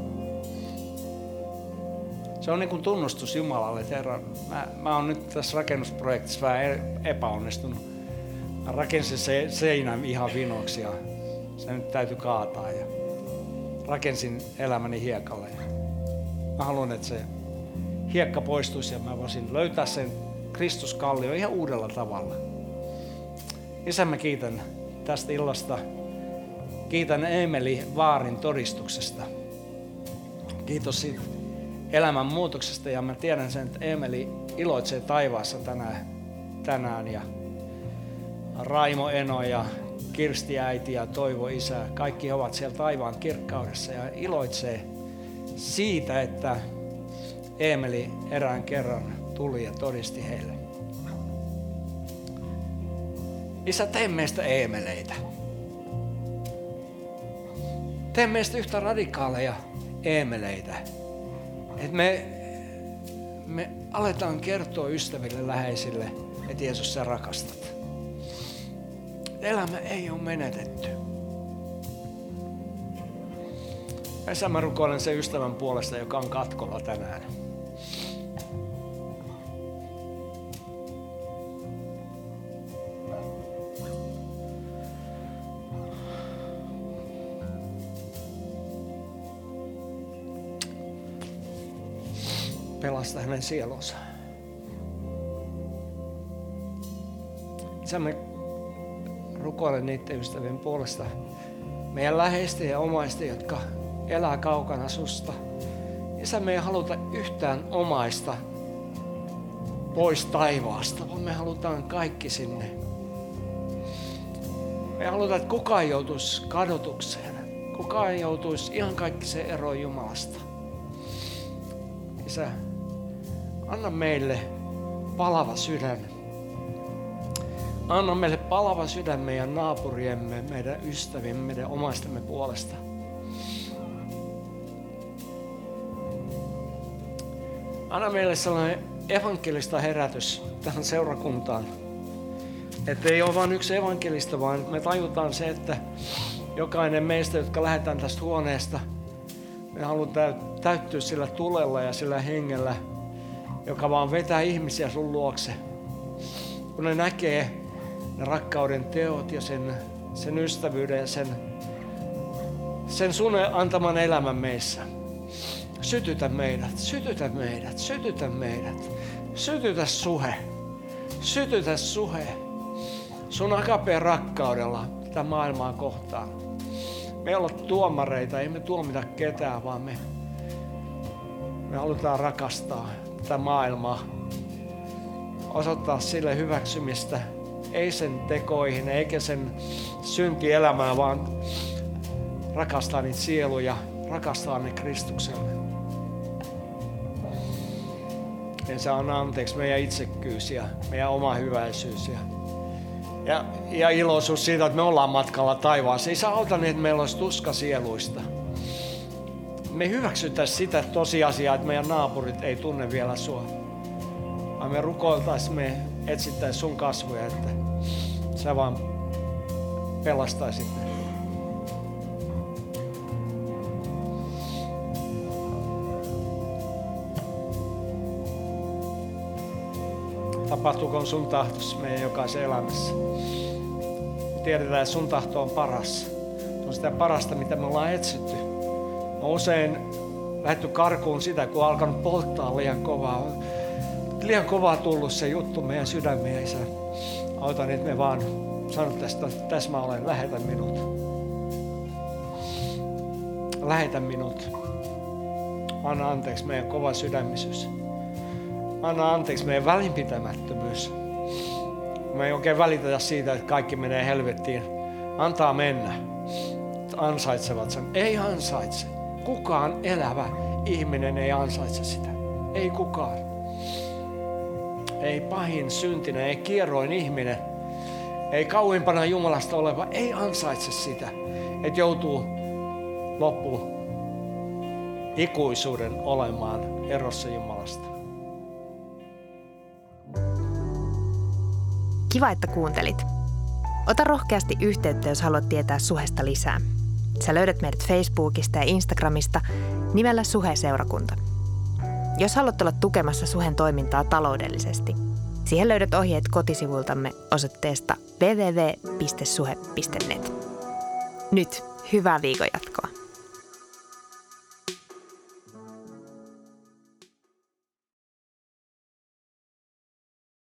Se on niin kuin tunnustus Jumalalle, että Herra, mä oon nyt tässä rakennusprojektissa vähän epäonnistunut. Mä rakensin seinän ihan vinoksi ja se nyt täytyy kaataa ja rakensin elämäni hiekalle. Mä haluan, että se hiekka poistuisi ja mä voisin löytää sen Kristuskallio ihan uudella tavalla. Isä, mä kiitän tästä illasta. Kiitän Eemeli Vaarin todistuksesta. Kiitos siitä elämän muutoksesta ja mä tiedän sen, että Eemeli iloitsee taivaassa tänään ja Raimo Eno ja Kirsti äiti ja Toivo isä, kaikki ovat siellä taivaan kirkkaudessa ja iloitsee siitä, että Eemeli erään kerran tuli ja todisti heille. Isä, tee meistä eemeleitä. Tee meistä yhtä radikaaleja eemeleitä. Että me aletaan kertoa ystäville, läheisille, että Jeesus sä rakastat. Elämä ei ole menetetty. Isä, mä rukoilen sen ystävän puolesta, joka on katkolla tänään. pelasta hänen sielunsa. Isä, me rukoilen niiden ystävien puolesta, meidän läheisten ja omaisten, jotka elää kaukana susta. Isä, me ei haluta yhtään omaista pois taivaasta, vaan me halutaan kaikki sinne. Me ei haluta, että kukaan ei joutuisi kadotukseen. Kukaan ei joutuisi ihan kaikki se eroon Jumalasta. Isä, anna meille palava sydän. Anna meille palava sydän meidän naapuriemme, meidän ystäviemme, meidän omaistemme puolesta. Anna meille sellainen evankelista herätys tähän seurakuntaan. Että ei ole vain yksi evankelista, vaan me tajutaan se, että jokainen meistä, jotka lähdetään tästä huoneesta, me halutaan täyttyä sillä tulella ja sillä hengellä, joka vaan vetää ihmisiä sun luokse. Kun ne näkee ne rakkauden teot ja sen ystävyyden ja sen sun antaman elämän meissä. Sytytä meidät, sytytä meidät, sytytä meidät. Sytytä suhe, sytytä suhe. Sun agapeen rakkaudella tätä maailmaa kohtaan. Me ei olla tuomareita, ei me tuomita ketään, vaan me halutaan rakastaa tätä maailmaa. Osoittaa sille hyväksymistä, ei sen tekoihin, eikä sen syntielämään, vaan rakastaa niitä sieluja, rakastaa ne Kristukselle. Ja se on anteeksi meidän itsekkyys ja meidän oma hyväisyys ja iloisuus siitä, että me ollaan matkalla taivaaseen. Ei saa auta niin, että meillä olisi tuska sieluista. Me hyväksyttäisiin sitä tosiasiaa, että meidän naapurit ei tunne vielä sua. Vaan me rukoiltaisiin, me etsittäisiin sun kasvoja, että sä vaan pelastaisit ne. Tapahtuuko sun tahtosi meidän jokaisen elämässä? Tiedetään, että sun tahto on paras. Se on sitä parasta, mitä me ollaan etsitty. On usein lähdetty karkuun sitä, kun on alkanut polttaa liian kovaa. On liian kovaa tullut se juttu meidän sydämiä, Isä. Auta niin, että me vaan sanottaisiin, että tässä mä olen, lähetä minut. Lähetä minut. Anna anteeksi meidän kova sydämisyys. Anna anteeksi meidän välinpitämättömyys. Me ei oikein välitetä siitä, että kaikki menee helvettiin. Antaa mennä. Ansaitsevat sen. Ei ansaitse. Kukaan elävä ihminen ei ansaitse sitä. Ei kukaan. Ei pahin syntinen, ei kieroin ihminen. Ei kauimpana Jumalasta oleva. Ei ansaitse sitä, että joutuu loppuun ikuisuuden olemaan erossa Jumalasta. Kiva, että kuuntelit. Ota rohkeasti yhteyttä, jos haluat tietää Suhesta lisää. Sä löydät meidät Facebookista ja Instagramista nimellä Suhe-seurakunta. Jos haluat olla tukemassa Suhen toimintaa taloudellisesti, siihen löydät ohjeet kotisivultamme osoitteesta www.suhe.net. Nyt hyvää viikon jatkoa.